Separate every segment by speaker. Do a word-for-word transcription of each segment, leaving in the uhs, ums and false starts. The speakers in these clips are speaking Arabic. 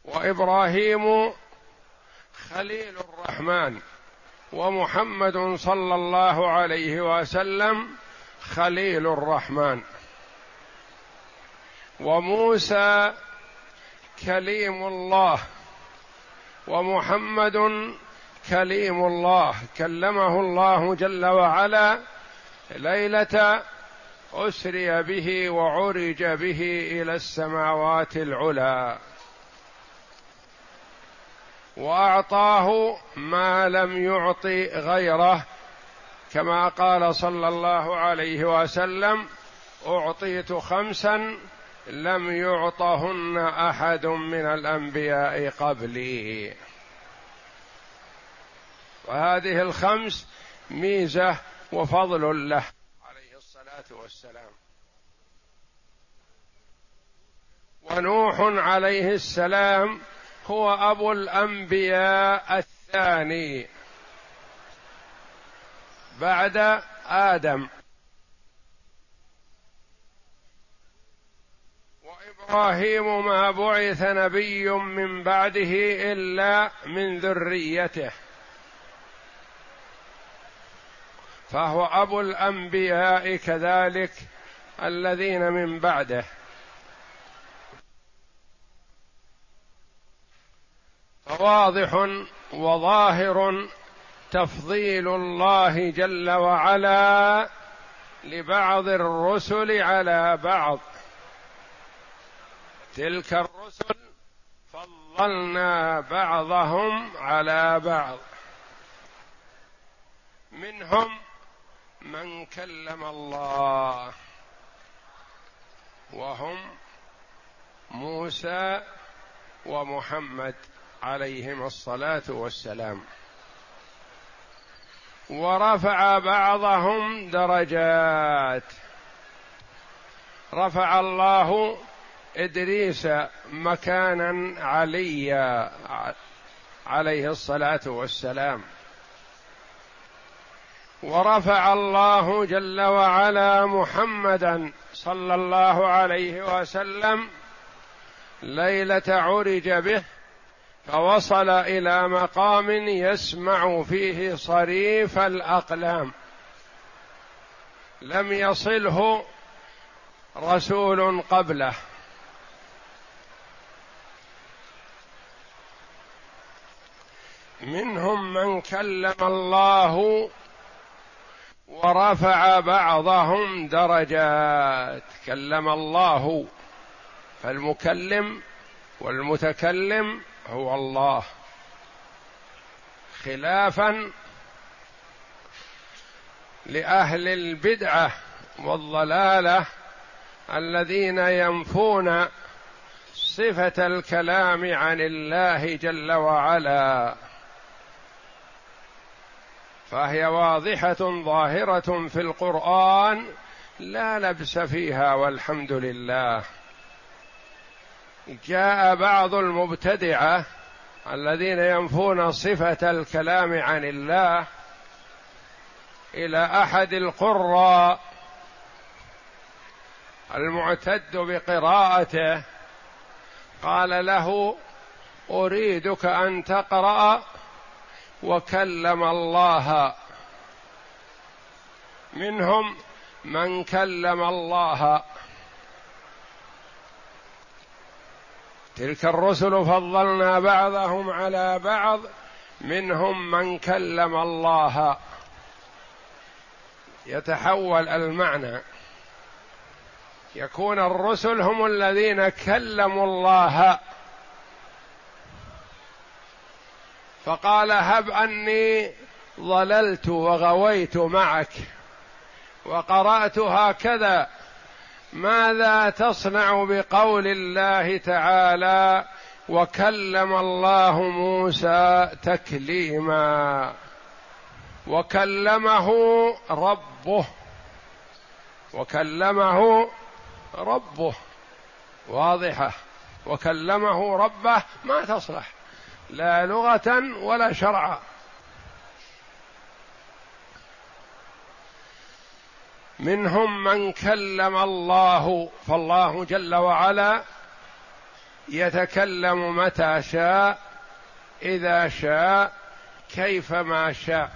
Speaker 1: وإبراهيم خليل الرحمن، ومحمد صلى الله عليه وسلم خليل الرحمن، وموسى كليم الله، ومحمد كليم الله كلمه الله جل وعلا ليلة أسري به وعرج به إلى السماوات العلى، وأعطاه ما لم يعط غيره، كما قال صلى الله عليه وسلم: أعطيت خمسا لم يعطهن أحد من الأنبياء قبلي. وهذه الخمس ميزة وفضل له عليه الصلاة والسلام. ونوح عليه السلام هو أبو الأنبياء الثاني بعد آدم، وإبراهيم ما بعث نبي من بعده إلا من ذريته، فهو أبو الأنبياء كذلك الذين من بعده. فواضح وظاهر تفضيل الله جل وعلا لبعض الرسل على بعض. تلك الرسل فضلنا بعضهم على بعض، منهم من كلم الله، وهم موسى ومحمد عليهم الصلاة والسلام، ورفع بعضهم درجات. رفع الله إدريس مكانا عليا عليه الصلاة والسلام، ورفع الله جل وعلا محمدا صلى الله عليه وسلم ليلة عرج به، فوصل إلى مقام يسمع فيه صريف الأقلام، لم يصله رسول قبله. منهم من كلم الله ورفع بعضهم درجات. كلم الله، فالمكلم والمتكلم هو الله، خلافا لأهل البدعة والضلالة الذين ينفون صفة الكلام عن الله جل وعلا، فهي واضحة ظاهرة في القرآن لا لبس فيها، والحمد لله. جاء بعض المبتدعة الذين ينفون صفة الكلام عن الله إلى أحد القراء المعتد بقراءته، قال له: أريدك أن تقرأ وكلم الله. منهم من كلم الله. تلك الرسل فضلنا بعضهم على بعض، منهم من كلم الله. يتحول المعنى، يكون الرسل هم الذين كلموا الله، فقال: هب أني ضللت وغويت معك وقرأت هكذا، ماذا تصنع بقول الله تعالى: وكلم الله موسى تكليما؟ وكلمه ربه، وكلمه ربه واضحة، وكلمه ربه ما تصلح لا لغة ولا شرعا. منهم من كلم الله، فالله جل وعلا يتكلم متى شاء إذا شاء كيفما شاء.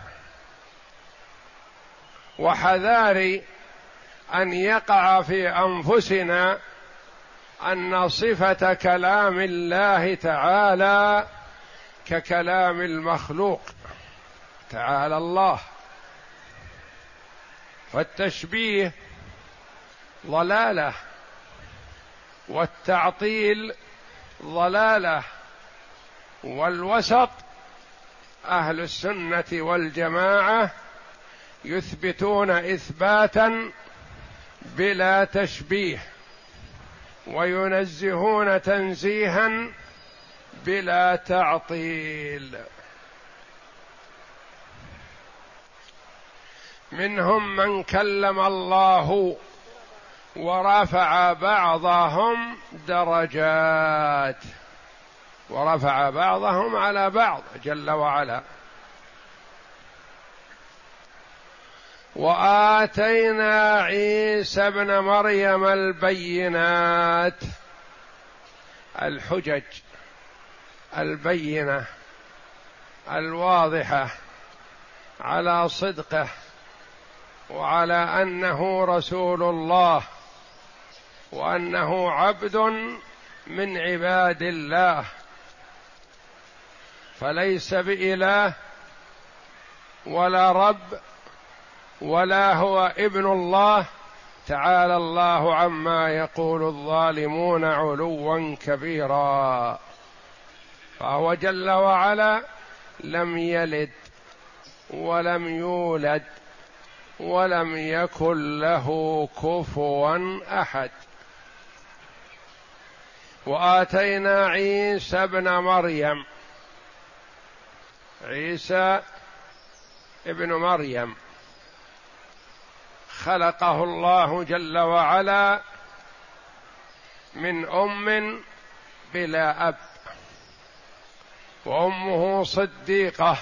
Speaker 1: وحذار أن يقع في أنفسنا أن صفة كلام الله تعالى ككلام المخلوق، تعالى الله. فالتشبيه ضلاله، والتعطيل ضلاله، والوسط أهل السنة والجماعة يثبتون إثباتا بلا تشبيه، وينزهون تنزيها بلا تعطيل. منهم من كلم الله ورفع بعضهم درجات، ورفع بعضهم على بعض جل وعلا. وآتينا عيسى ابن مريم البينات، الحجج البينة الواضحة على صدقه وعلى أنه رسول الله وأنه عبد من عباد الله، فليس بإله ولا رب ولا هو ابن الله، تعالى الله عما يقول الظالمون علوا كبيرا. فهو جل وعلا لم يلد ولم يولد ولم يكن له كفوا أحد. وآتينا عيسى ابن مريم، عيسى ابن مريم خلقه الله جل وعلا من أم بلا أب، وأمه صديقة،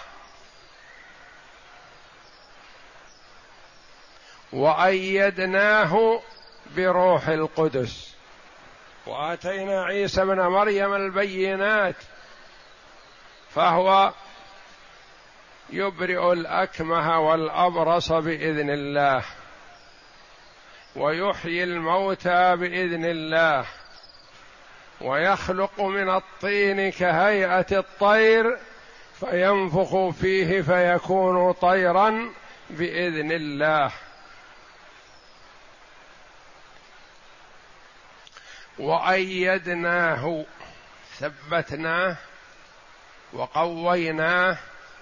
Speaker 1: وأيدناه بروح القدس. وآتينا عيسى ابن مريم البينات، فهو يبرئ الأكمه والأبرص بإذن الله، ويحيي الموتى بإذن الله، ويخلق من الطين كهيئة الطير فينفخ فيه فيكون طيرا بإذن الله. وأيدناه، ثبتناه وقويناه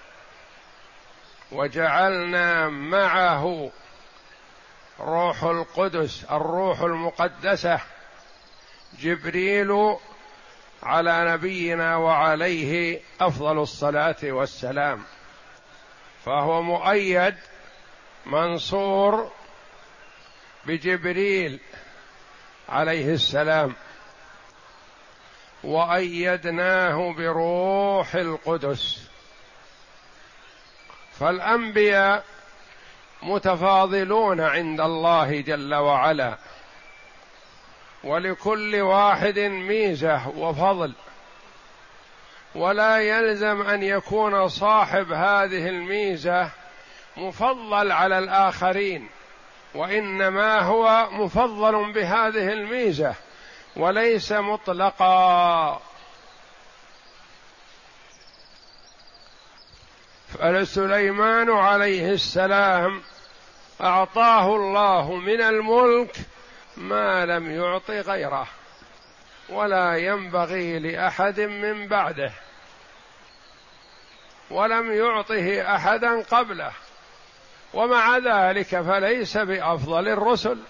Speaker 1: وجعلنا معه روح القدس، الروح المقدسة جبريل، على نبينا وعليه أفضل الصلاة والسلام. فهو مؤيد منصور بجبريل عليه السلام، وأيدناه بروح القدس. فالأنبياء متفاضلون عند الله جل وعلا، ولكل واحد ميزة وفضل، ولا يلزم أن يكون صاحب هذه الميزة مفضل على الآخرين، وإنما هو مفضل بهذه الميزة وليس مطلقا. فسليمان عليه السلام أعطاه الله من الملك ما لم يعط غيره، ولا ينبغي لأحد من بعده، ولم يعطه أحدا قبله، ومع ذلك فليس بأفضل الرسل.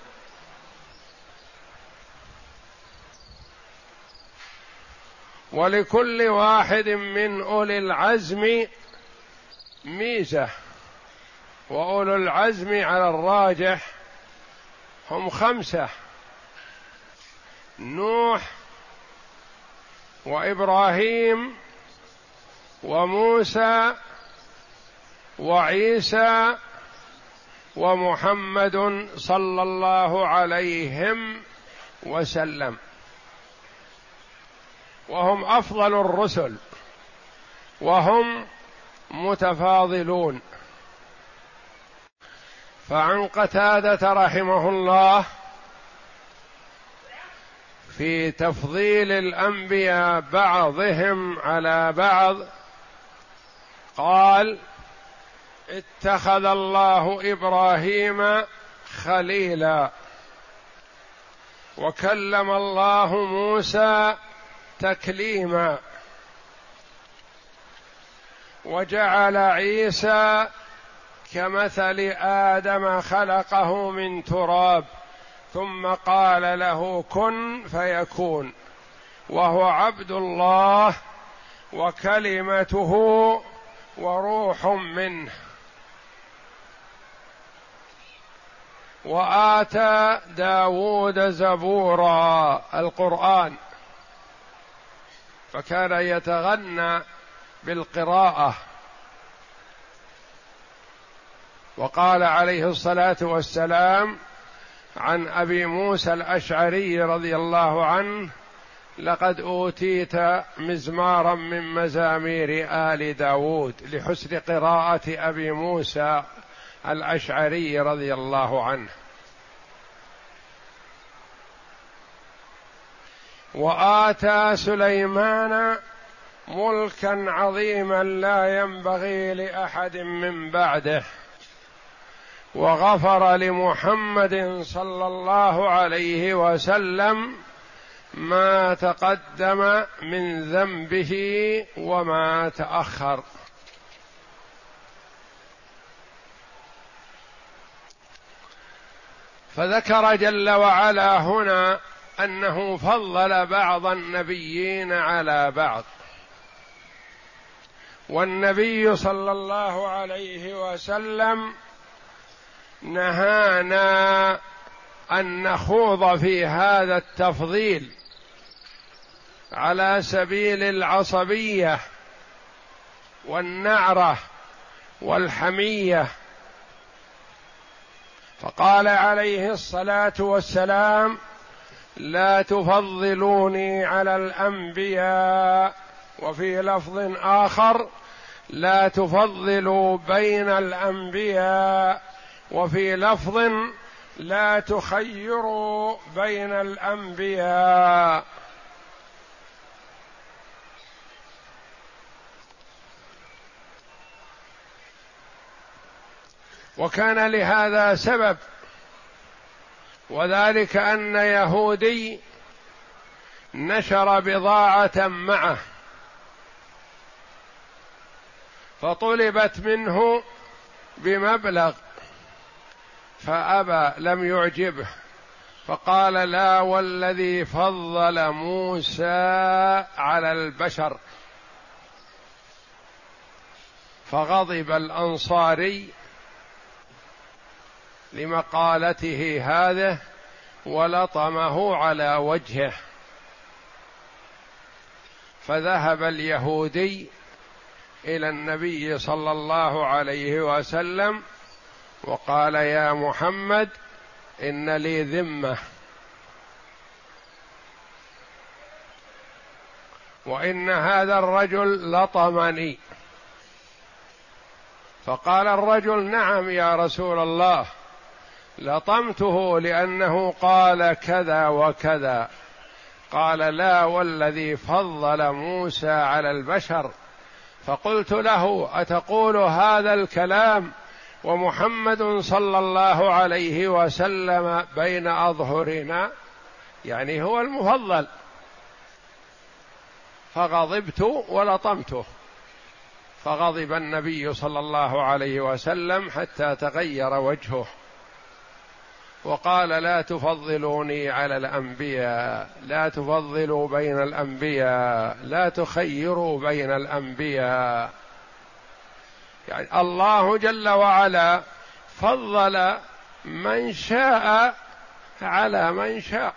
Speaker 1: ولكل واحد من أولي العزم ميزة، وأولو العزم على الراجح هم خمسة: نوح وإبراهيم وموسى وعيسى ومحمد صلى الله عليهم وسلم. وهم أفضل الرسل وهم متفاضلون. فعن قتادة رحمه الله في تفضيل الأنبياء بعضهم على بعض قال: اتخذ الله إبراهيم خليلا، وكلم الله موسى تكليما، وجعل عيسى كمثل آدم خلقه من تراب ثم قال له كن فيكون، وهو عبد الله وكلمته وروح منه. وآتى داود زبورا القرآن، فكان يتغنى بالقراءة. وقال عليه الصلاة والسلام عن أبي موسى الأشعري رضي الله عنه: لقد أوتيت مزمارا من مزامير آل داود، لحسن قراءة أبي موسى الأشعري رضي الله عنه. وآتى سليمان ملكا عظيما لا ينبغي لأحد من بعده، وغفر لمحمد صلى الله عليه وسلم ما تقدم من ذنبه وما تأخر. فذكر جل وعلا هنا أنه فضل بعض النبيين على بعض، والنبي صلى الله عليه وسلم نهانا أن نخوض في هذا التفضيل على سبيل العصبية والنعرة والحمية، فقال عليه الصلاة والسلام: لا تفضلوني على الأنبياء، وفي لفظ آخر: لا تفضلوا بين الأنبياء، وفي لفظ: لا تخيروا بين الأنبياء. وكان لهذا سبب، وذلك أن يهودي نشر بضاعة معه فطلبت منه بمبلغ فأبى، لم يعجبه، فقال: لا والذي فضل موسى على البشر. فغضب الأنصاري لمقالته هذه ولطمه على وجهه، فذهب اليهودي إلى النبي صلى الله عليه وسلم وقال: يا محمد، إن لي ذمة، وإن هذا الرجل لطمني. فقال الرجل: نعم يا رسول الله، لطمته لأنه قال كذا وكذا. قال: لا والذي فضل موسى على البشر. فقلت له: أتقول هذا الكلام ومحمد صلى الله عليه وسلم بين أظهرنا؟ يعني هو المفضل. فغضبت ولطمته، فغضب النبي صلى الله عليه وسلم حتى تغير وجهه وقال: لا تفضلوني على الأنبياء، لا تفضلوا بين الأنبياء، لا تخيروا بين الأنبياء. يعني الله جل وعلا فضل من شاء على من شاء،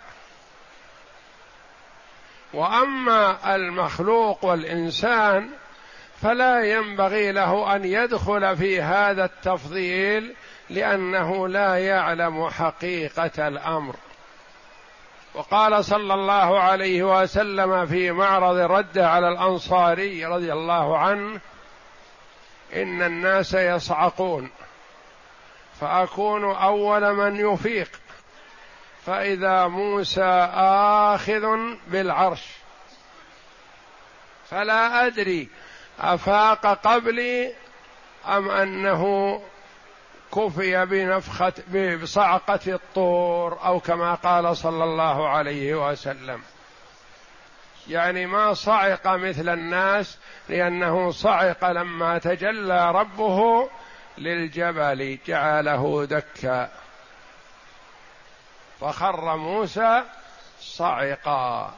Speaker 1: وأما المخلوق والإنسان فلا ينبغي له أن يدخل في هذا التفضيل، لأنه لا يعلم حقيقة الأمر. وقال صلى الله عليه وسلم في معرض رده على الأنصاري رضي الله عنه: إن الناس يصعقون فأكون أول من يفيق، فإذا موسى آخذ بالعرش، فلا أدري أفاق قبلي أم أنه كفي بنفخة بصعقة الطور، أو كما قال صلى الله عليه وسلم. يعني ما صعق مثل الناس، لأنه صعق لما تجلى ربه للجبل جعله دكا فخر موسى صعقا،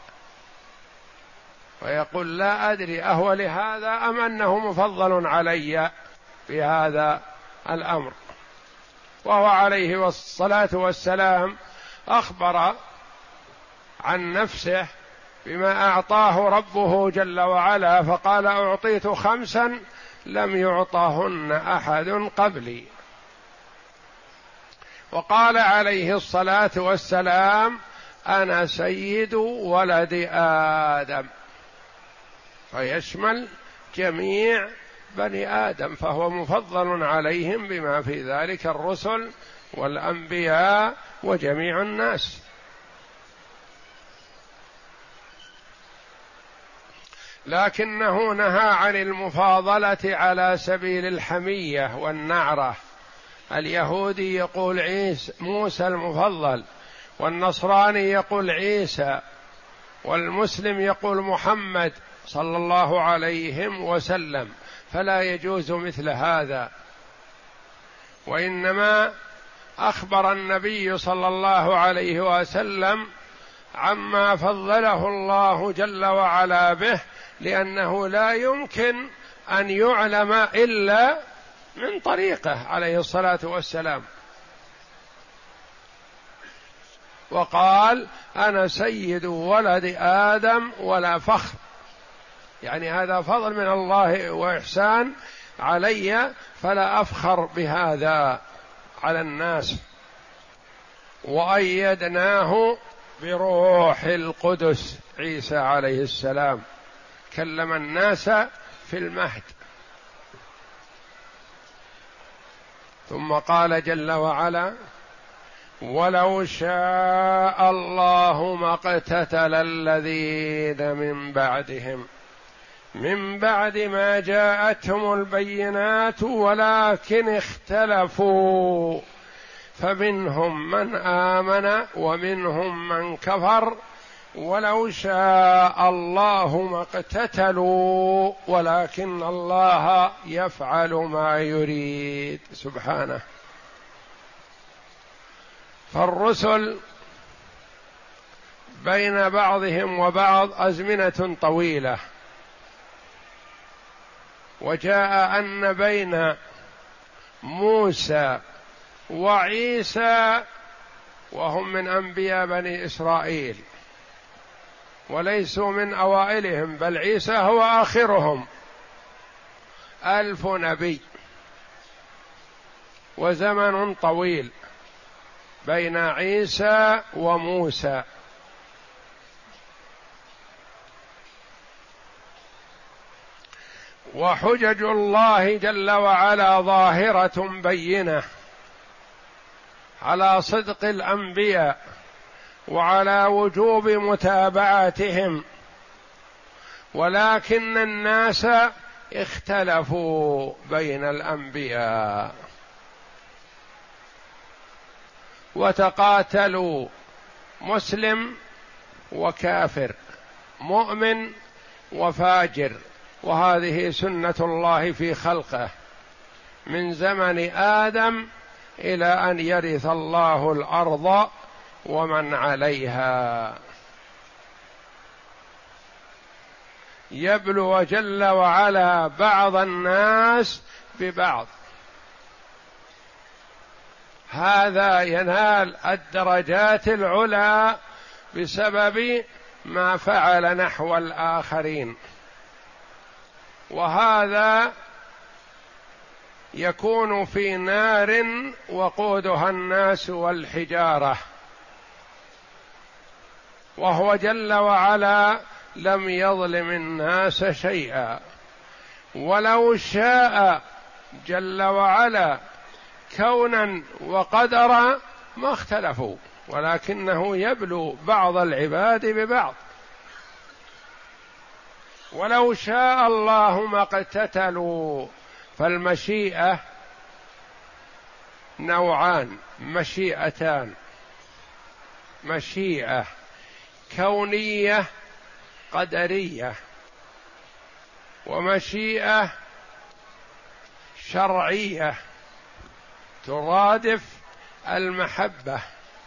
Speaker 1: ويقول: لا أدري أهو لهذا أم أنه مفضل علي في هذا الأمر. وهو عليه الصلاة والسلام أخبر عن نفسه بما أعطاه ربه جل وعلا، فقال: أعطيت خمسا لم يعطهن أحد قبلي. وقال عليه الصلاة والسلام: أنا سيد ولد آدم، فيشمل جميع بني آدم، فهو مفضل عليهم بما في ذلك الرسل والأنبياء وجميع الناس. لكنه نهى عن المفاضلة على سبيل الحمية والنعرة. اليهودي يقول عيسى موسى المفضل، والنصراني يقول عيسى، والمسلم يقول محمد صلى الله عليه وسلم، فلا يجوز مثل هذا. وإنما أخبر النبي صلى الله عليه وسلم عما فضله الله جل وعلا به، لأنه لا يمكن أن يعلم إلا من طريقه عليه الصلاة والسلام. وقال: أنا سيد ولد آدم ولا فخر، يعني هذا فضل من الله وإحسان علي، فلا أفخر بهذا على الناس. وأيدناه بروح القدس، عيسى عليه السلام كلم الناس في المهد. ثم قال جل وعلا: ولو شاء الله ما اقتتل الذين من بعدهم من بعد ما جاءتهم البينات ولكن اختلفوا فمنهم من آمن ومنهم من كفر ولو شاء الله ما اقتتلوا ولكن الله يفعل ما يريد سبحانه. فالرسل بين بعضهم وبعض أزمنة طويلة، وجاء أن بين موسى وعيسى، وهم من أنبياء بني إسرائيل وليسوا من أوائلهم، بل عيسى هو آخرهم، ألف نبي، وزمن طويل بين عيسى وموسى. وحجج الله جل وعلا ظاهرة بينة على صدق الأنبياء وعلى وجوب متابعتهم، ولكن الناس اختلفوا بين الأنبياء وتقاتلوا، مسلم وكافر، مؤمن وفاجر، وهذه سنة الله في خلقه من زمن آدم إلى أن يرث الله الأرض ومن عليها. يبلو جل وعلا بعض الناس ببعض، هذا ينال الدرجات العلى بسبب ما فعل نحو الآخرين، وهذا يكون في نار وقودها الناس والحجارة. وهو جل وعلا لم يظلم الناس شيئا، ولو شاء جل وعلا كونا وقدرا ما اختلفوا، ولكنه يبلو بعض العباد ببعض. ولو شاء الله ما اقتتلوا. فالمشيئة نوعان، مشيئتان: مشيئة كونية قدرية، ومشيئة شرعية ترادف المحبة.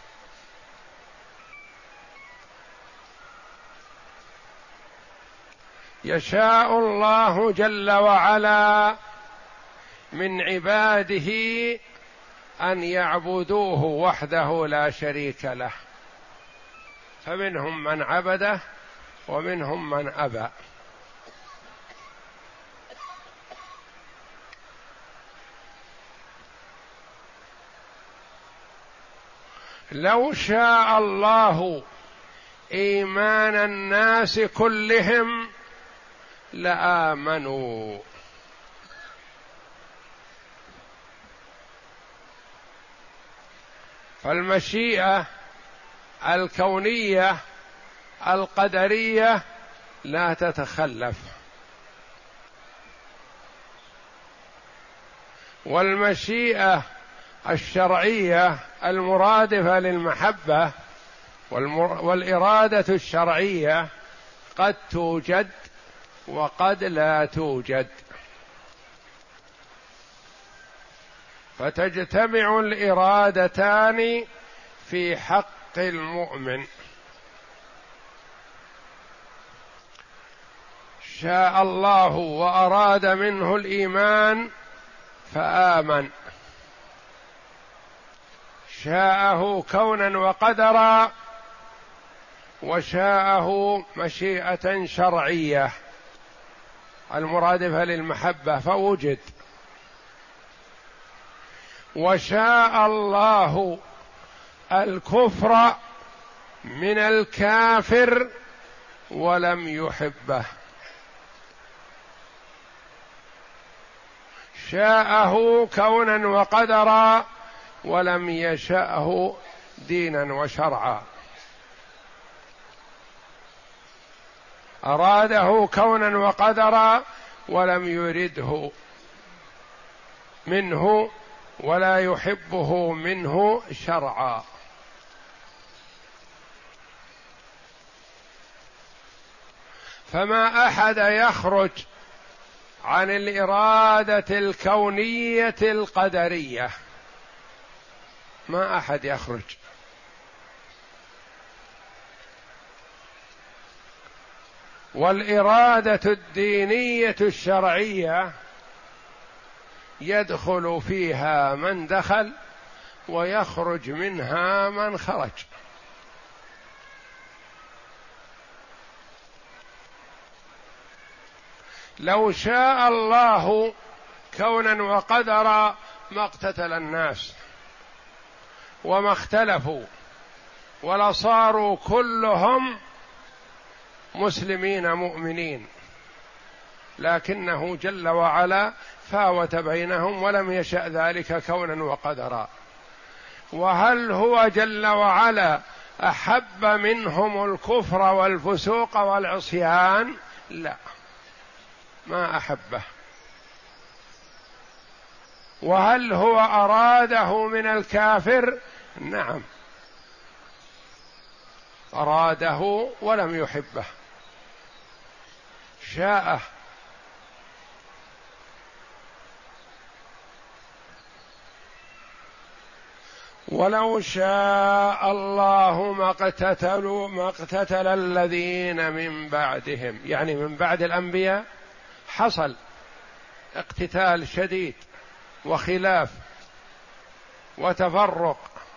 Speaker 1: يشاء الله جل وعلا من عباده أن يعبدوه وحده لا شريك له، فمنهم من عبده ومنهم من أبى. لو شاء الله إيمان الناس كلهم لآمنوا. فالمشيئة الكونية القدرية لا تتخلف، والمشيئة الشرعية المرادفة للمحبة والإرادة الشرعية قد توجد وقد لا توجد، فتجتمع الإرادتان في حق المؤمن. شاء الله وأراد منه الإيمان فآمن، شاءه كونا وقدرا، وشاءه مشيئة شرعية المرادفة للمحبة فوجد. وشاء الله الكفر من الكافر ولم يحبه، شاءه كونا وقدرا ولم يشأه دينا وشرعا، أراده كونا وقدرا ولم يرده منه ولا يحبه منه شرعا. فما أحد يخرج عن الإرادة الكونية القدرية، ما أحد يخرج. والإرادة الدينية الشرعية يدخل فيها من دخل ويخرج منها من خرج. لو شاء الله كونا وقدرا ما اقتتل الناس وما اختلفوا ولصاروا كلهم مسلمين مؤمنين، لكنه جل وعلا فاوت بينهم ولم يشأ ذلك كونا وقدرا. وهل هو جل وعلا أحب منهم الكفر والفسوق والعصيان؟ لا، ما أحبه. وهل هو أراده من الكافر؟ نعم، أراده ولم يحبه، شاءه. ولو شاء الله ما اقتتلوا ما اقتتل الذين من بعدهم، يعني من بعد الأنبياء حصل اقتتال شديد وخلاف وتفرق،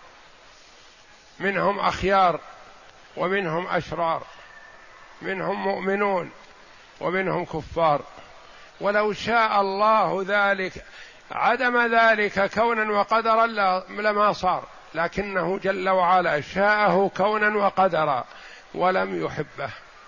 Speaker 1: منهم أخيار ومنهم أشرار، منهم مؤمنون ومنهم كفار. ولو شاء الله ذلك عدم ذلك كونا وقدرا لما صار، لكنه جل وعلا شاءه كونا وقدرا ولم يحبه.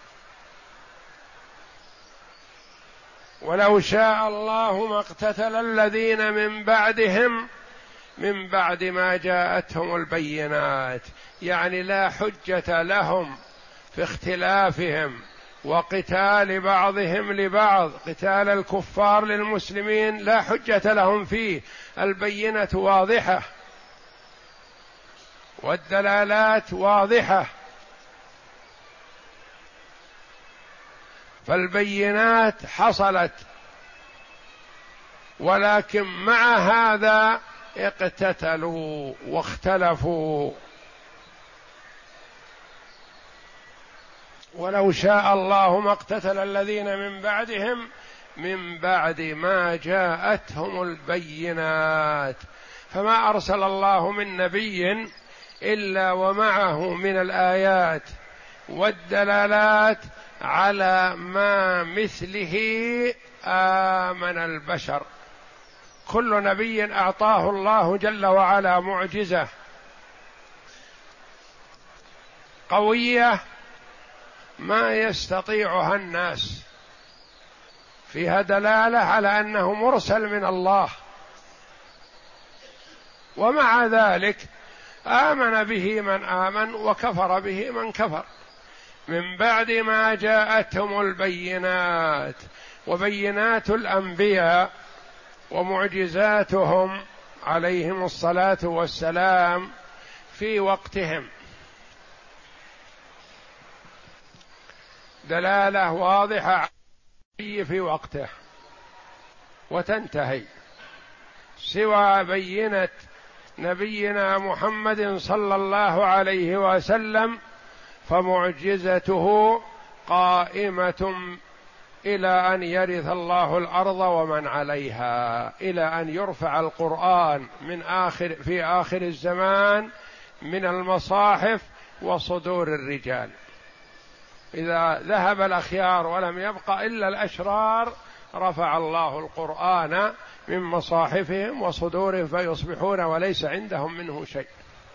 Speaker 1: ولو شاء الله ما اقتتل الذين من بعدهم من بعد ما جاءتهم البينات، يعني لا حجة لهم في اختلافهم وقتال بعضهم لبعض، قتال الكفار للمسلمين لا حجة لهم فيه، البينة واضحة والدلالات واضحة، فالبينات حصلت، ولكن مع هذا اقتتلوا واختلفوا. ولو شاء الله ما اقتتل الذين من بعدهم من بعد ما جاءتهم البينات، فما أرسل الله من نبي إلا ومعه من الآيات والدلالات على ما مثله آمن البشر. كل نبي أعطاه الله جل وعلا معجزة قوية ما يستطيعها الناس، فيها دلالة على أنه مرسل من الله، ومع ذلك آمن به من آمن وكفر به من كفر من بعد ما جاءتهم البينات. وبينات الأنبياء ومعجزاتهم عليهم الصلاة والسلام في وقتهم دلالة واضحة في وقته وتنتهي، سوى بينة نبينا محمد صلى الله عليه وسلم فمعجزته قائمة إلى أن يرث الله الأرض ومن عليها، إلى أن يرفع القرآن من آخر في آخر الزمان من المصاحف وصدور الرجال. إذا ذهب الأخيار ولم يبق إلا الأشرار رفع الله القرآن من مصاحفهم وصدورهم فيصبحون وليس عندهم منه شيء.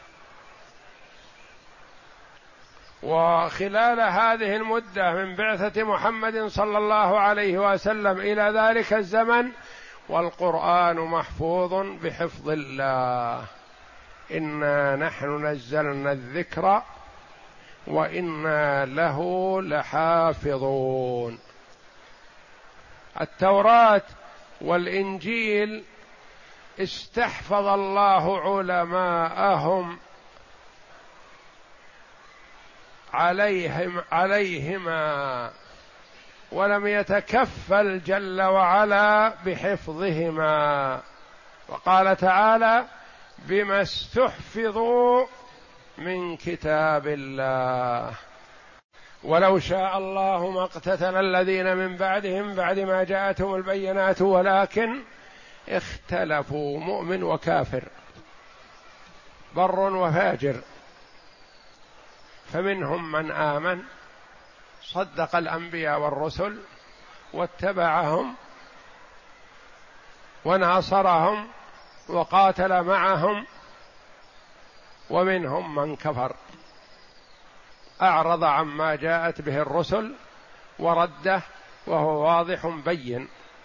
Speaker 1: وخلال هذه المدة من بعثة محمد صلى الله عليه وسلم إلى ذلك الزمن والقرآن محفوظ بحفظ الله، إنا نحن نزلنا الذكر وإنا له لحافظون. التوراة والإنجيل استحفظ الله علماءهم عليهم عليهما ولم يتكفل جل وعلا بحفظهما، وقال تعالى بما استحفظوا من كتاب الله. ولو شاء الله ما اقتتل الذين من بعدهم بعد ما جاءتهم البينات ولكن اختلفوا، مؤمن وكافر، بر وفاجر، فمنهم من آمن صدق الأنبياء والرسل واتبعهم وناصرهم وقاتل معهم، ومنهم من كفر أعرض عما جاءت به الرسل ورده وهو واضح بين.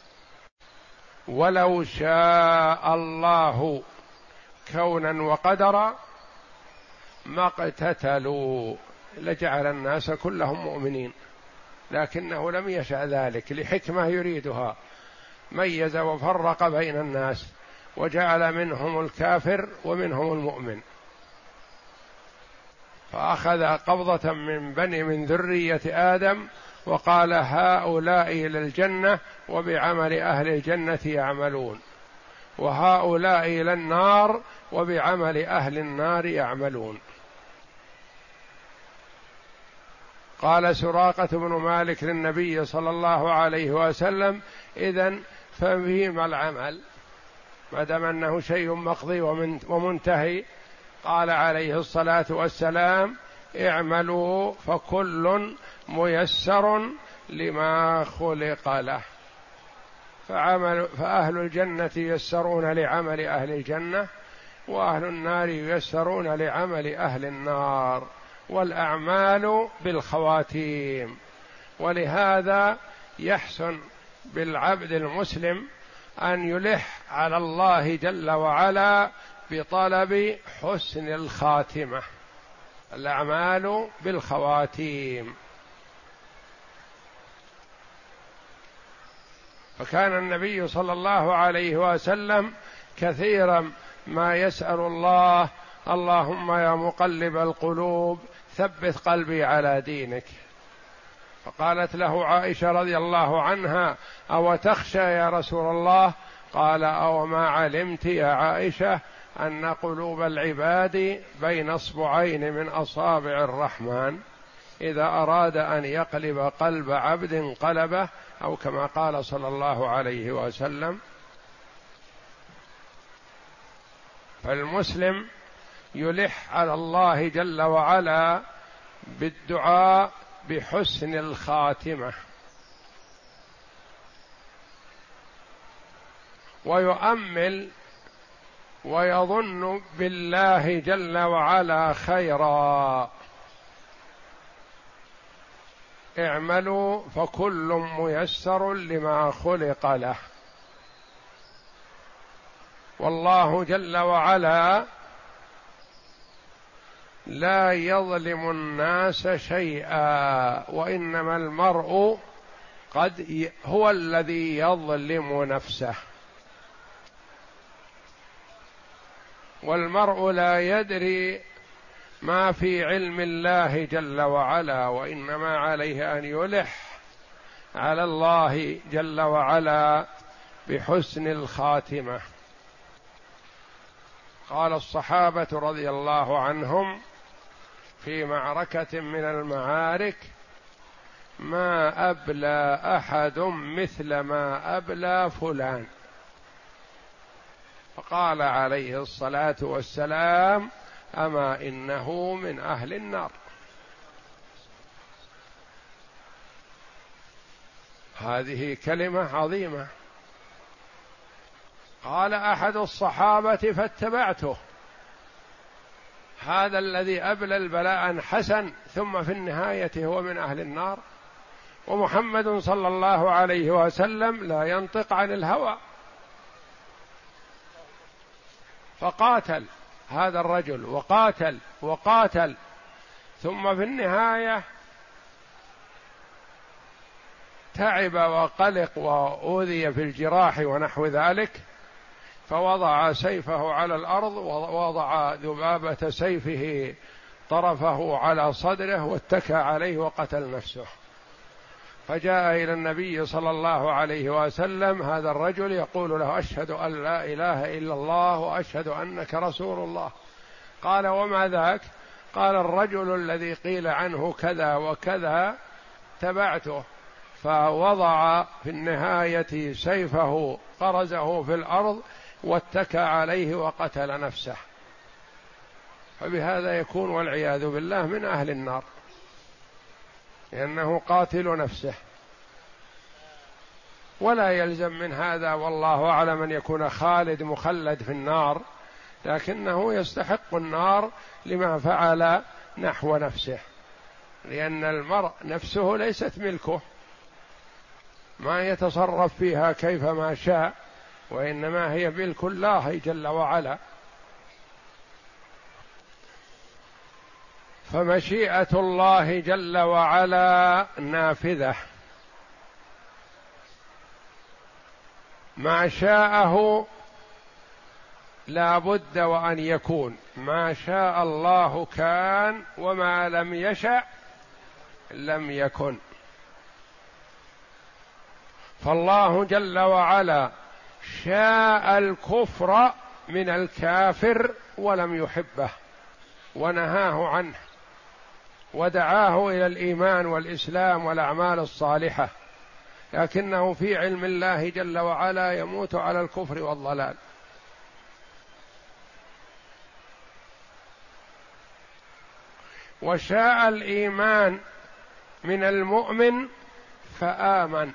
Speaker 1: ولو شاء الله كونا وقدرا ما اقتتلوا لجعل الناس كلهم مؤمنين، لكنه لم يشأ ذلك لحكمة يريدها، ميز وفرق بين الناس وجعل منهم الكافر ومنهم المؤمن، فأخذ قبضة من بني من ذرية آدم وقال هؤلاء إلى الجنة وبعمل أهل الجنة يعملون، وهؤلاء إلى النار وبعمل أهل النار يعملون. قال سراقة بن مالك للنبي صلى الله عليه وسلم إذن ففيما العمل ما دام أنه شيء مقضي ومنتهي؟ قال عليه الصلاة والسلام اعملوا فكل ميسر لما خلق له، فعمل فأهل الجنة ييسرون لعمل أهل الجنة وأهل النار ييسرون لعمل أهل النار، والأعمال بالخواتيم. ولهذا يحسن بالعبد المسلم أن يلح على الله جل وعلا بطلب حسن الخاتمة، الأعمال بالخواتيم. فكان النبي صلى الله عليه وسلم كثيرا ما يسأل الله: اللهم يا مقلب القلوب ثبت قلبي على دينك. فقالت له عائشة رضي الله عنها: أو تخشى يا رسول الله؟ قال: أو ما علمت يا عائشة أن قلوب العباد بين اصبعين من أصابع الرحمن، إذا أراد أن يقلب قلب عبد قلبه، أو كما قال صلى الله عليه وسلم. فالمسلم يلح على الله جل وعلا بالدعاء بحسن الخاتمة، ويؤمل ويظن بالله جل وعلا خيرا. اعملوا فكل ميسر لما خلق له. والله جل وعلا لا يظلم الناس شيئا، وإنما المرء قد هو الذي يظلم نفسه، والمرء لا يدري ما في علم الله جل وعلا، وإنما عليه أن يلح على الله جل وعلا بحسن الخاتمة. قال الصحابة رضي الله عنهم في معركة من المعارك: ما أبلى أحد مثل ما أبلى فلان. فقال عليه الصلاة والسلام: أما إنه من أهل النار. هذه كلمة عظيمة. قال أحد الصحابة: فاتبعته، هذا الذي أبلى البلاء حسن ثم في النهاية هو من أهل النار. ومحمد صلى الله عليه وسلم لا ينطق عن الهوى. فقاتل هذا الرجل وقاتل وقاتل، ثم في النهاية تعب وقلق وأوذي في الجراح ونحو ذلك، فوضع سيفه على الأرض ووضع ذبابة سيفه طرفه على صدره واتكى عليه وقتل نفسه. فجاء إلى النبي صلى الله عليه وسلم هذا الرجل يقول له: أشهد أن لا إله إلا الله وأشهد أنك رسول الله. قال: وما ذاك؟ قال: الرجل الذي قيل عنه كذا وكذا تبعته، فوضع في النهاية سيفه غرزه في الأرض واتكى عليه وقتل نفسه. فبهذا يكون والعياذ بالله من أهل النار، لأنه قاتل نفسه. ولا يلزم من هذا والله أعلم أن يكون خالد مخلد في النار، لكنه يستحق النار لما فعل نحو نفسه، لأن المرء نفسه ليست ملكه، ما يتصرف فيها كيفما شاء، وإنما هي ملك الله جل وعلا. فمشيئة الله جل وعلا نافذة، ما شاءه لا بد وأن يكون، ما شاء الله كان وما لم يشأ لم يكن. فالله جل وعلا شاء الكفر من الكافر ولم يحبه ونهاه عنه، ودعاه إلى الإيمان والإسلام والأعمال الصالحة، لكنه في علم الله جل وعلا يموت على الكفر والضلال. وشاء الإيمان من المؤمن فآمن،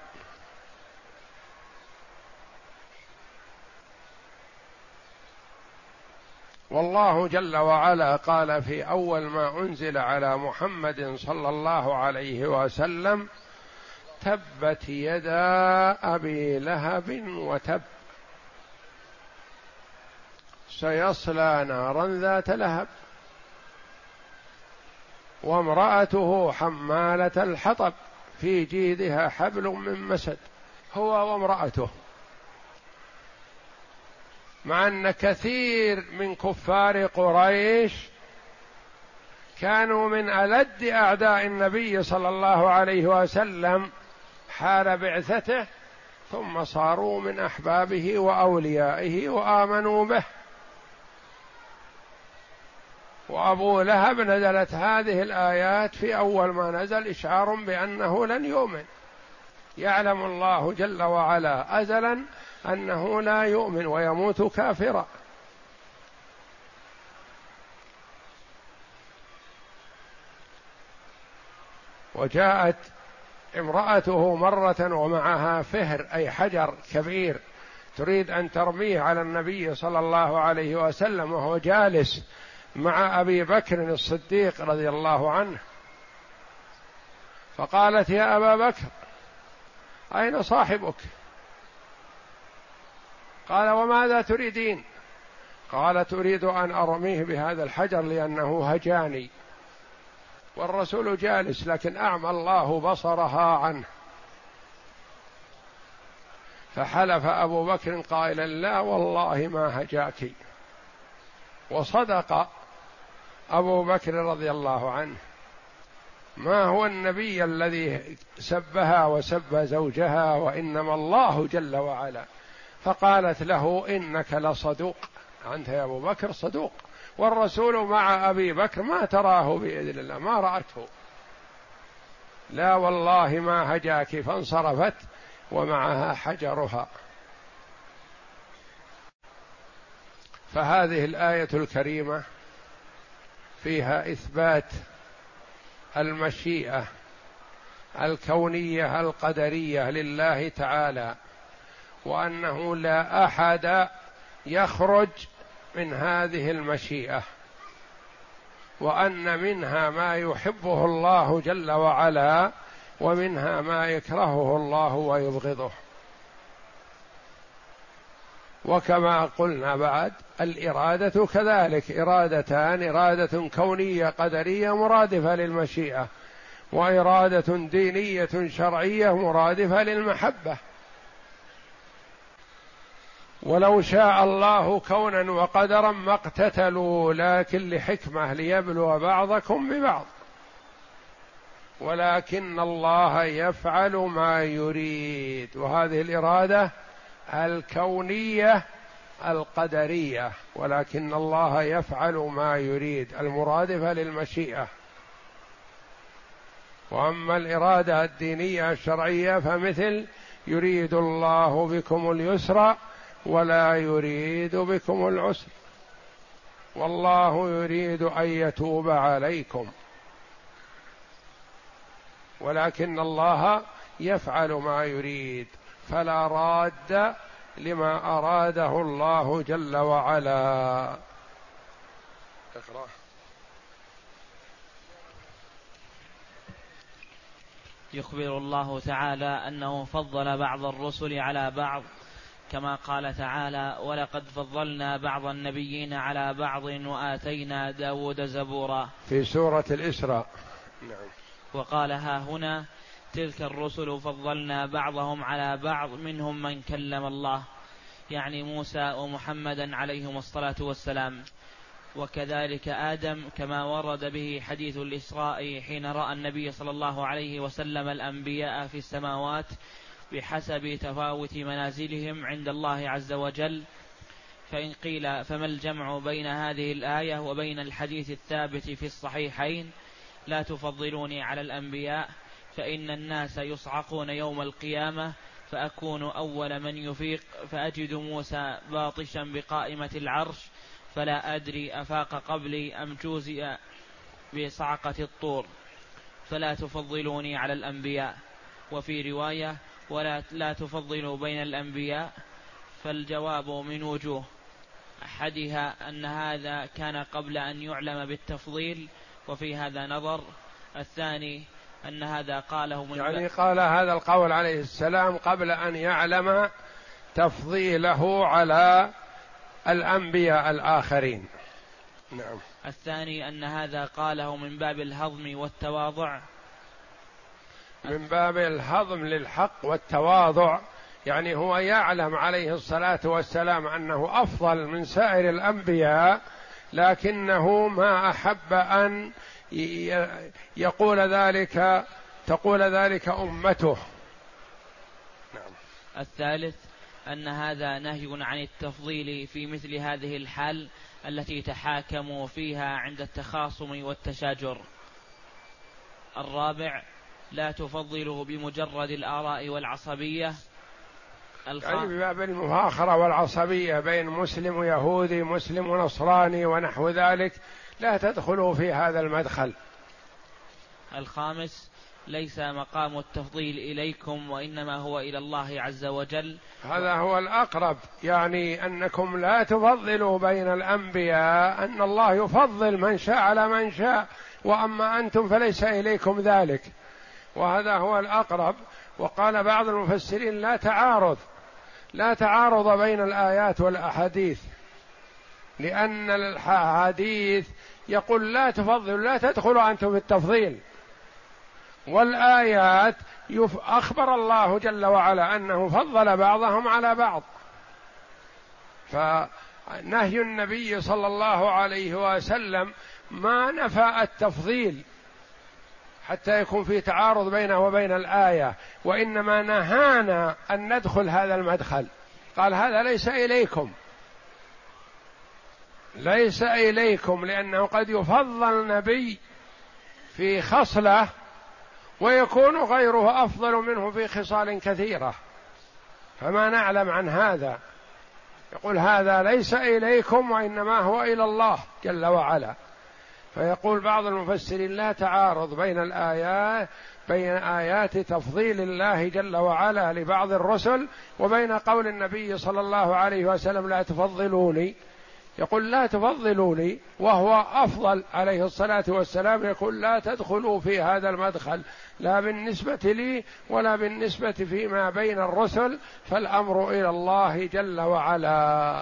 Speaker 1: والله جل وعلا قال في أول ما أنزل على محمد صلى الله عليه وسلم: تبت يدا أبي لهب وتب سيصلى نارا ذات لهب وامرأته حمالة الحطب في جيدها حبل من مسد. هو وامرأته، مع أن كثير من كفار قريش كانوا من ألد أعداء النبي صلى الله عليه وسلم حال بعثته، ثم صاروا من أحبابه وأوليائه وآمنوا به. وأبو لهب نزلت هذه الآيات في أول ما نزل إشعار بأنه لن يؤمن، يعلم الله جل وعلا أزلا أنه لا يؤمن ويموت كافرا. وجاءت امرأته مرة ومعها فهر أي حجر كبير تريد أن ترميه على النبي صلى الله عليه وسلم وهو جالس مع أبي بكر الصديق رضي الله عنه، فقالت: يا أبا بكر أين صاحبك؟ قال: وماذا تريدين؟ قالت: أريد أن أرميه بهذا الحجر لأنه هجاني، والرسول جالس لكن أعمى الله بصرها عنه. فحلف أبو بكر قائلا: لا والله ما هجاك. وصدق أبو بكر رضي الله عنه، ما هو النبي الذي سبها وسب زوجها، وإنما الله جل وعلا. فقالت له: إنك لصدوق، أنت يا أبو بكر صدوق، والرسول مع أبي بكر ما تراه بإذن الله، ما رأته. لا والله ما هجاك. فانصرفت ومعها حجرها. فهذه الآية الكريمة فيها إثبات المشيئة الكونية القدرية لله تعالى، وأنه لا أحد يخرج من هذه المشيئة، وأن منها ما يحبه الله جل وعلا، ومنها ما يكرهه الله ويبغضه. وكما قلنا بعد، الإرادة كذلك إرادتان: إرادة كونية قدرية مرادفة للمشيئة، وإرادة دينية شرعية مرادفة للمحبة. ولو شاء الله كونا وقدرا ما اقتتلوا، لكن لحكمة ليبلو بعضكم ببعض، ولكن الله يفعل ما يريد. وهذه الإرادة الكونية القدرية، ولكن الله يفعل ما يريد المرادفة للمشيئة. وأما الإرادة الدينية الشرعية فمثل: يريد الله بكم اليسر ولا يريد بكم العسر، والله يريد أن يتوب عليكم، ولكن الله يفعل ما يريد، فلا راد لما أراده الله جل وعلا. اقرأ.
Speaker 2: يخبر الله تعالى أنه فضل بعض الرسل على بعض، كما قال تعالى: ولقد فضلنا بعض النبيين على بعض وآتينا داود زبورا
Speaker 1: في سورة الإسراء. نعم.
Speaker 2: وقال: ها هنا تلك الرسل فضلنا بعضهم على بعض منهم من كلم الله، يعني موسى ومحمدا عليهم الصلاة والسلام، وكذلك آدم، كما ورد به حديث الإسراء حين رأى النبي صلى الله عليه وسلم الأنبياء في السماوات بحسب تفاوت منازلهم عند الله عز وجل. فإن قيل: فما الجمع بين هذه الآية وبين الحديث الثابت في الصحيحين: لا تفضلوني على الأنبياء فإن الناس يصعقون يوم القيامة فأكون أول من يفيق، فأجد موسى باطشا بقائمة العرش فلا أدري أفاق قبلي أم جوزئ بصعقة الطور، فلا تفضلوني على الأنبياء. وفي رواية: ولا لا تفضلوا بين الأنبياء، فالجواب من وجوه. أحدها أن هذا كان قبل أن يعلم بالتفضيل، وفي هذا نظر. الثاني أن هذا قاله من
Speaker 1: يعني قال هذا القول عليه السلام قبل أن يعلم تفضيله على الأنبياء الآخرين. نعم.
Speaker 2: الثاني أن هذا قاله من باب الهضم والتواضع،
Speaker 1: من باب الهضم للحق والتواضع، يعني هو يعلم عليه الصلاة والسلام أنه أفضل من سائر الأنبياء، لكنه ما أحب أن يقول ذلك تقول ذلك أمته.
Speaker 2: نعم. الثالث أن هذا نهي عن التفضيل في مثل هذه الحال التي تحاكموا فيها عند التخاصم والتشاجر. الرابع لا تفضله بمجرد الآراء والعصبية،
Speaker 1: يعني بباب المفاخرة والعصبية بين مسلم ويهودي، مسلم ونصراني ونحو ذلك، لا تدخلوا في هذا المدخل.
Speaker 2: الخامس ليس مقام التفضيل إليكم وإنما هو إلى الله عز وجل،
Speaker 1: هذا هو الأقرب، يعني أنكم لا تفضلوا بين الأنبياء، أن الله يفضل من شاء على من شاء، وأما أنتم فليس إليكم ذلك، وهذا هو الأقرب. وقال بعض المفسرين لا تعارض لا تعارض بين الآيات والأحاديث، لأن الحديث يقول لا تفضلوا، لا تدخلوا أنتم في التفضيل، والآيات أخبر الله جل وعلا أنه فضل بعضهم على بعض. فنهي النبي صلى الله عليه وسلم ما نفى التفضيل حتى يكون في تعارض بينه وبين الآية، وإنما نهانا أن ندخل هذا المدخل، قال هذا ليس إليكم ليس إليكم لأنه قد يفضل نبي في خصلة ويكون غيره أفضل منه في خصال كثيرة، فما نعلم عن هذا. يقول هذا ليس إليكم وإنما هو إلى الله جل وعلا. فيقول بعض المفسرين لا تعارض بين الآيات بين آيات تفضيل الله جل وعلا لبعض الرسل وبين قول النبي صلى الله عليه وسلم لا تفضلوني، يقول لا تفضلوني وهو أفضل عليه الصلاة والسلام، يقول لا تدخلوا في هذا المدخل لا بالنسبة لي ولا بالنسبة فيما بين الرسل، فالأمر إلى الله جل وعلا.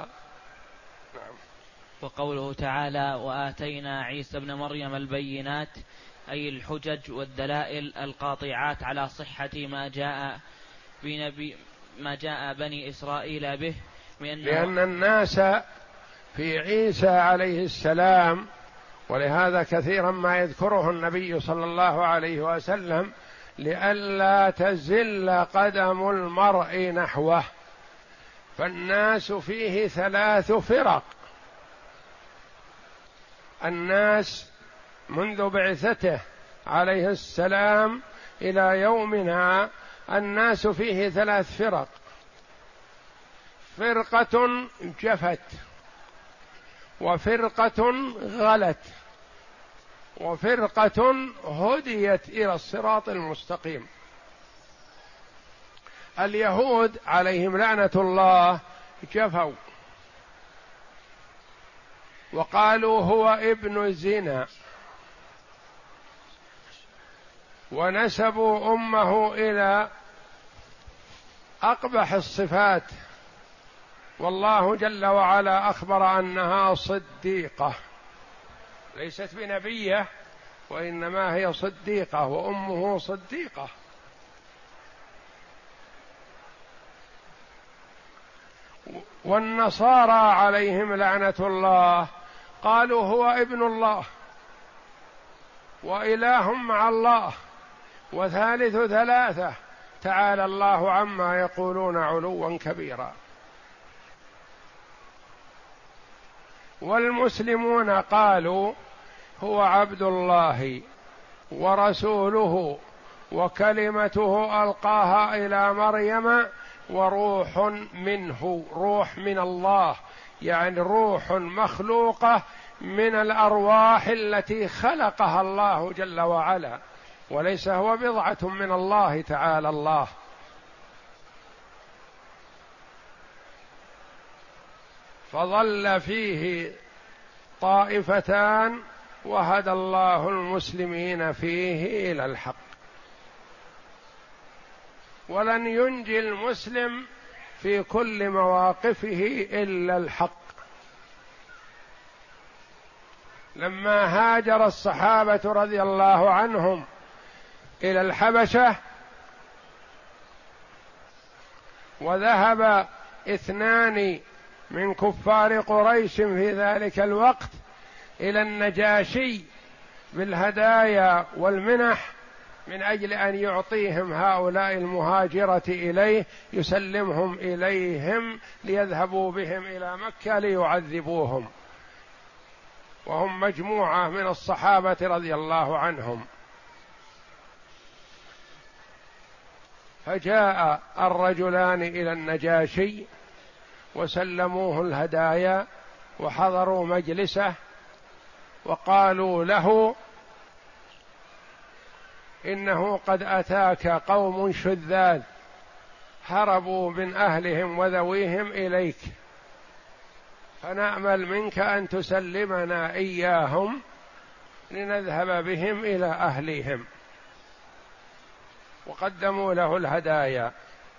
Speaker 2: وقوله تعالى وآتينا عيسى ابن مريم البينات، أي الحجج والدلائل القاطعات على صحة ما جاء بنبي ما جاء بني إسرائيل به،
Speaker 1: لأن الناس في عيسى عليه السلام، ولهذا كثيرا ما يذكره النبي صلى الله عليه وسلم لئلا تزل قدم المرء نحوه. فالناس فيه ثلاث فرق، الناس منذ بعثته عليه السلام إلى يومنا الناس فيه ثلاث فرق، فرقة جفت، وفرقة غلت، وفرقة هديت إلى الصراط المستقيم. اليهود عليهم لعنة الله جفوا وقالوا هو ابن زنا، ونسبوا أمه إلى أقبح الصفات، والله جل وعلا أخبر أنها صديقة ليست بنبية وإنما هي صديقة وأمه صديقة. والنصارى عليهم لعنة الله قالوا هو ابن الله وإله مع الله وثالث ثلاثة، تعالى الله عما يقولون علوا كبيرا. والمسلمون قالوا هو عبد الله ورسوله وكلمته ألقاها إلى مريم وروح منه، روح من الله، يعني روح مخلوقة من الأرواح التي خلقها الله جل وعلا، وليس هو بضعة من الله تعالى الله. فظل فيه طائفتان وهدى الله المسلمين فيه إلى الحق. ولن ينجي المسلم في كل مواقفه إلا الحق. لما هاجر الصحابة رضي الله عنهم إلى الحبشة وذهب اثنان من كفار قريش في ذلك الوقت إلى النجاشي بالهدايا والمنح من أجل أن يعطيهم هؤلاء المهاجرة إليه، يسلمهم إليهم ليذهبوا بهم إلى مكة ليعذبوهم، وهم مجموعة من الصحابة رضي الله عنهم. فجاء الرجلان إلى النجاشي وسلموه الهدايا وحضروا مجلسه وقالوا له: إنه قد أتاك قوم شذاذ هربوا من أهلهم وذويهم إليك، فنأمل منك أن تسلمنا إياهم لنذهب بهم إلى أهليهم. وقدموا له الهدايا،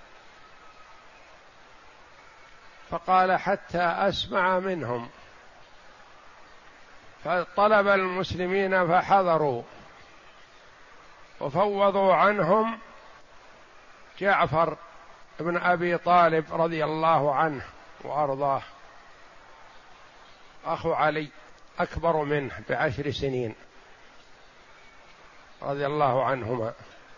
Speaker 1: فقال: حتى أسمع منهم. فطلب المسلمين فحضروا وفوضوا عنهم جعفر بن أبي طالب رضي الله عنه وأرضاه، أخو علي أكبر منه بعشر سنين رضي الله عنهما.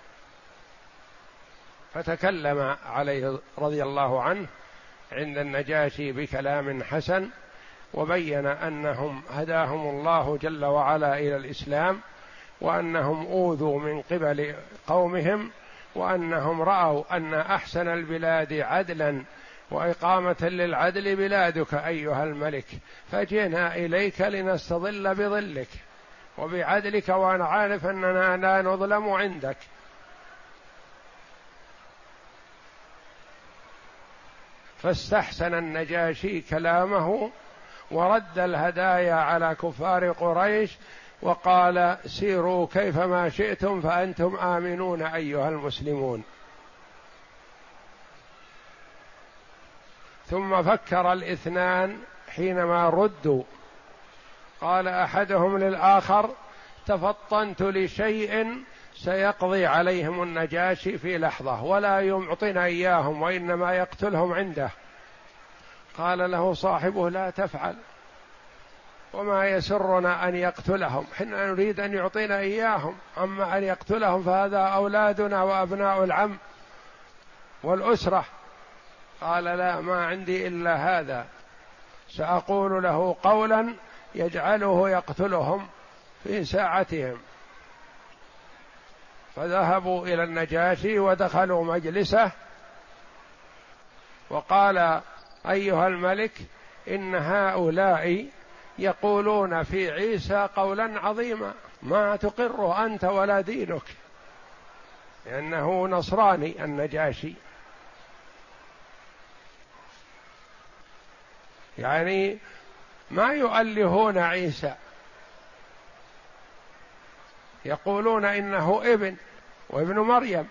Speaker 1: فتكلم عليه رضي الله عنه عند النجاشي بكلام حسن، وبين أنهم هداهم الله جل وعلا إلى الإسلام، وأنهم أوذوا من قبل قومهم، وأنهم رأوا أن أحسن البلاد عدلا وإقامة للعدل بلادك أيها الملك، فجئنا إليك لنستظل بظلك وبعدلك، وأنا عارف أننا لا نظلم عندك. فاستحسن النجاشي كلامه ورد الهدايا على كفار قريش، وقال: سيروا كيفما شئتم فأنتم آمنون أيها المسلمون. ثم فكر الاثنان حينما ردوا، قال أحدهم للآخر: تفطنت لشيء سيقضي عليهم النجاشي في لحظة ولا يعطينا إياهم وإنما يقتلهم عنده. قال له صاحبه: لا تفعل، وما يسرنا أن يقتلهم، حنا نريد أن يعطينا إياهم، أما أن يقتلهم فهذا أولادنا وأبناء العم والأسرة. قال: لا، ما عندي إلا هذا، سأقول له قولا يجعله يقتلهم في ساعتهم. فذهبوا إلى النجاشي ودخلوا مجلسه، وقال: أيها الملك، إن هؤلاء يقولون في عيسى قولا عظيما ما تقر أنت ولا دينك، لأنه نصراني النجاشي، يعني ما يؤلهون عيسى، يقولون إنه ابن وابن مريم.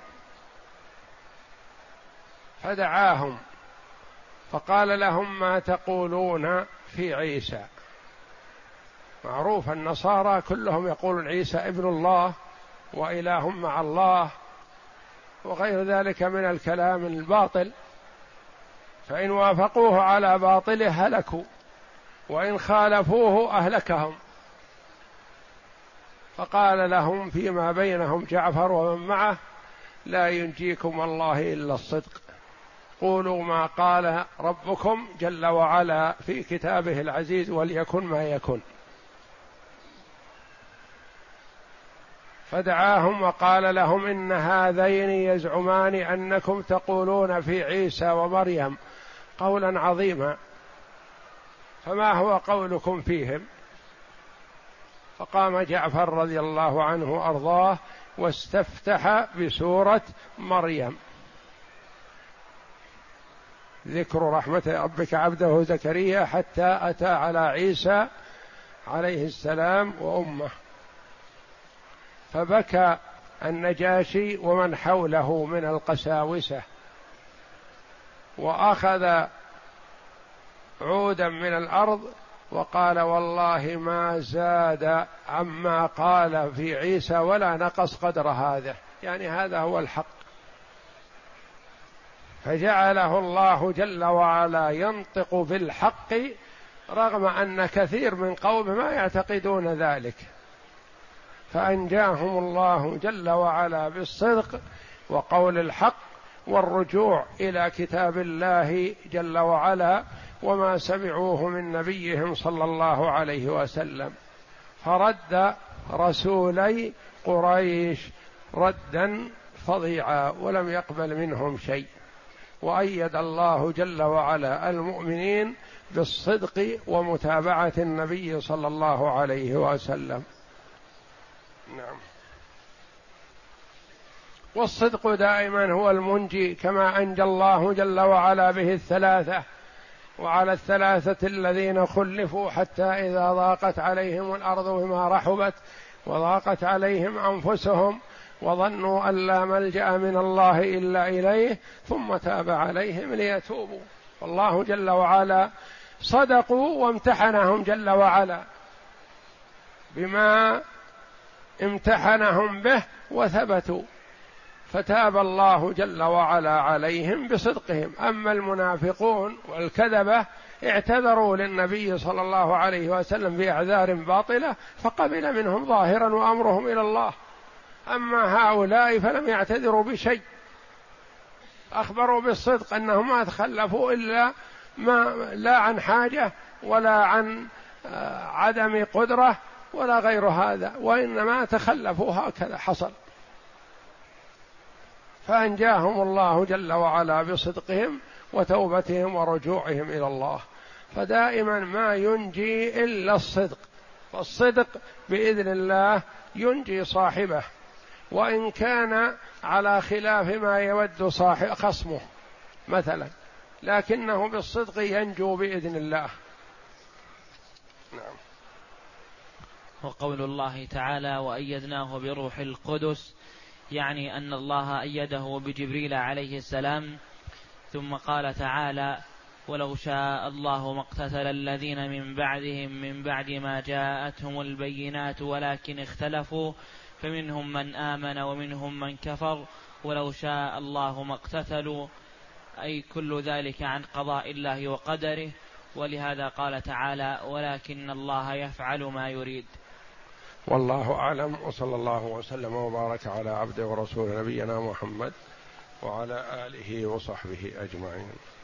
Speaker 1: فدعاهم فقال لهم: ما تقولون في عيسى؟ معروف النصارى كلهم يقولون عيسى ابن الله وإله مع الله وغير ذلك من الكلام الباطل، فإن وافقوه على باطله هلكوا، وإن خالفوه أهلكهم. فقال لهم فيما بينهم جعفر ومن معه: لا ينجيكم الله إلا الصدق، قولوا ما قال ربكم جل وعلا في كتابه العزيز وليكن ما يكن. فدعاهم وقال لهم: إن هذين يزعمان أنكم تقولون في عيسى ومريم قولا عظيما، فما هو قولكم فيهم؟ فقام جعفر رضي الله عنه وأرضاه واستفتح بسورة مريم. ذكر رحمة ربك عبده زكريا حتى أتى على عيسى عليه السلام وأمه، فبكى النجاشي ومن حوله من القساوسة، وأخذ عودا من الأرض وقال والله ما زاد عما قال في عيسى ولا نقص قدر هذا، يعني هذا هو الحق. فجعله الله جل وعلا ينطق بالحق رغم أن كثير من قومه ما يعتقدون ذلك، فأنجاهم الله جل وعلا بالصدق وقول الحق والرجوع إلى كتاب الله جل وعلا وما سمعوه من نبيهم صلى الله عليه وسلم، فرد رسولي قريش ردا فظيعا ولم يقبل منهم شيء، وأيد الله جل وعلا المؤمنين بالصدق ومتابعة النبي صلى الله عليه وسلم. نعم. والصدق دائما هو المنجي، كما أنجى الله جل وعلا به الثلاثة، وعلى الثلاثة الذين خلفوا حتى إذا ضاقت عليهم الأرض بما رحبت وضاقت عليهم أنفسهم وظنوا أن لا ملجأ من الله إلا إليه ثم تاب عليهم ليتوبوا. والله جل وعلا صدقوا وامتحنهم جل وعلا بما امتحنهم به وثبتوا، فتاب الله جل وعلا عليهم بصدقهم. أما المنافقون والكذبة اعتذروا للنبي صلى الله عليه وسلم بأعذار باطلة فقبل منهم ظاهرا وأمرهم إلى الله. أما هؤلاء فلم يعتذروا بشيء، أخبروا بالصدق أنهم ما تخلفوا إلا ما لا عن حاجة ولا عن عدم قدرة ولا غير هذا، وإنما تخلفوا هكذا حصل. فأنجاهم الله جل وعلا بصدقهم وتوبتهم ورجوعهم إلى الله. فدائما ما ينجي إلا الصدق، فالصدق بإذن الله ينجي صاحبه وإن كان على خلاف ما يود صاحب خصمه مثلا، لكنه بالصدق ينجو بإذن الله. نعم.
Speaker 2: وقول الله تعالى وأيدناه بروح القدس، يعني أن الله أيده بجبريل عليه السلام. ثم قال تعالى ولو شاء الله ما اقتتل الذين من بعدهم من بعد ما جاءتهم البينات ولكن اختلفوا فمنهم من آمن ومنهم من كفر ولو شاء الله ما اقتتلوا، أي كل ذلك عن قضاء الله وقدره. ولهذا قال تعالى ولكن الله يفعل ما يريد.
Speaker 1: والله أعلم، وصلى الله وسلم وبارك على عبده ورسول نبينا محمد وعلى آله وصحبه أجمعين.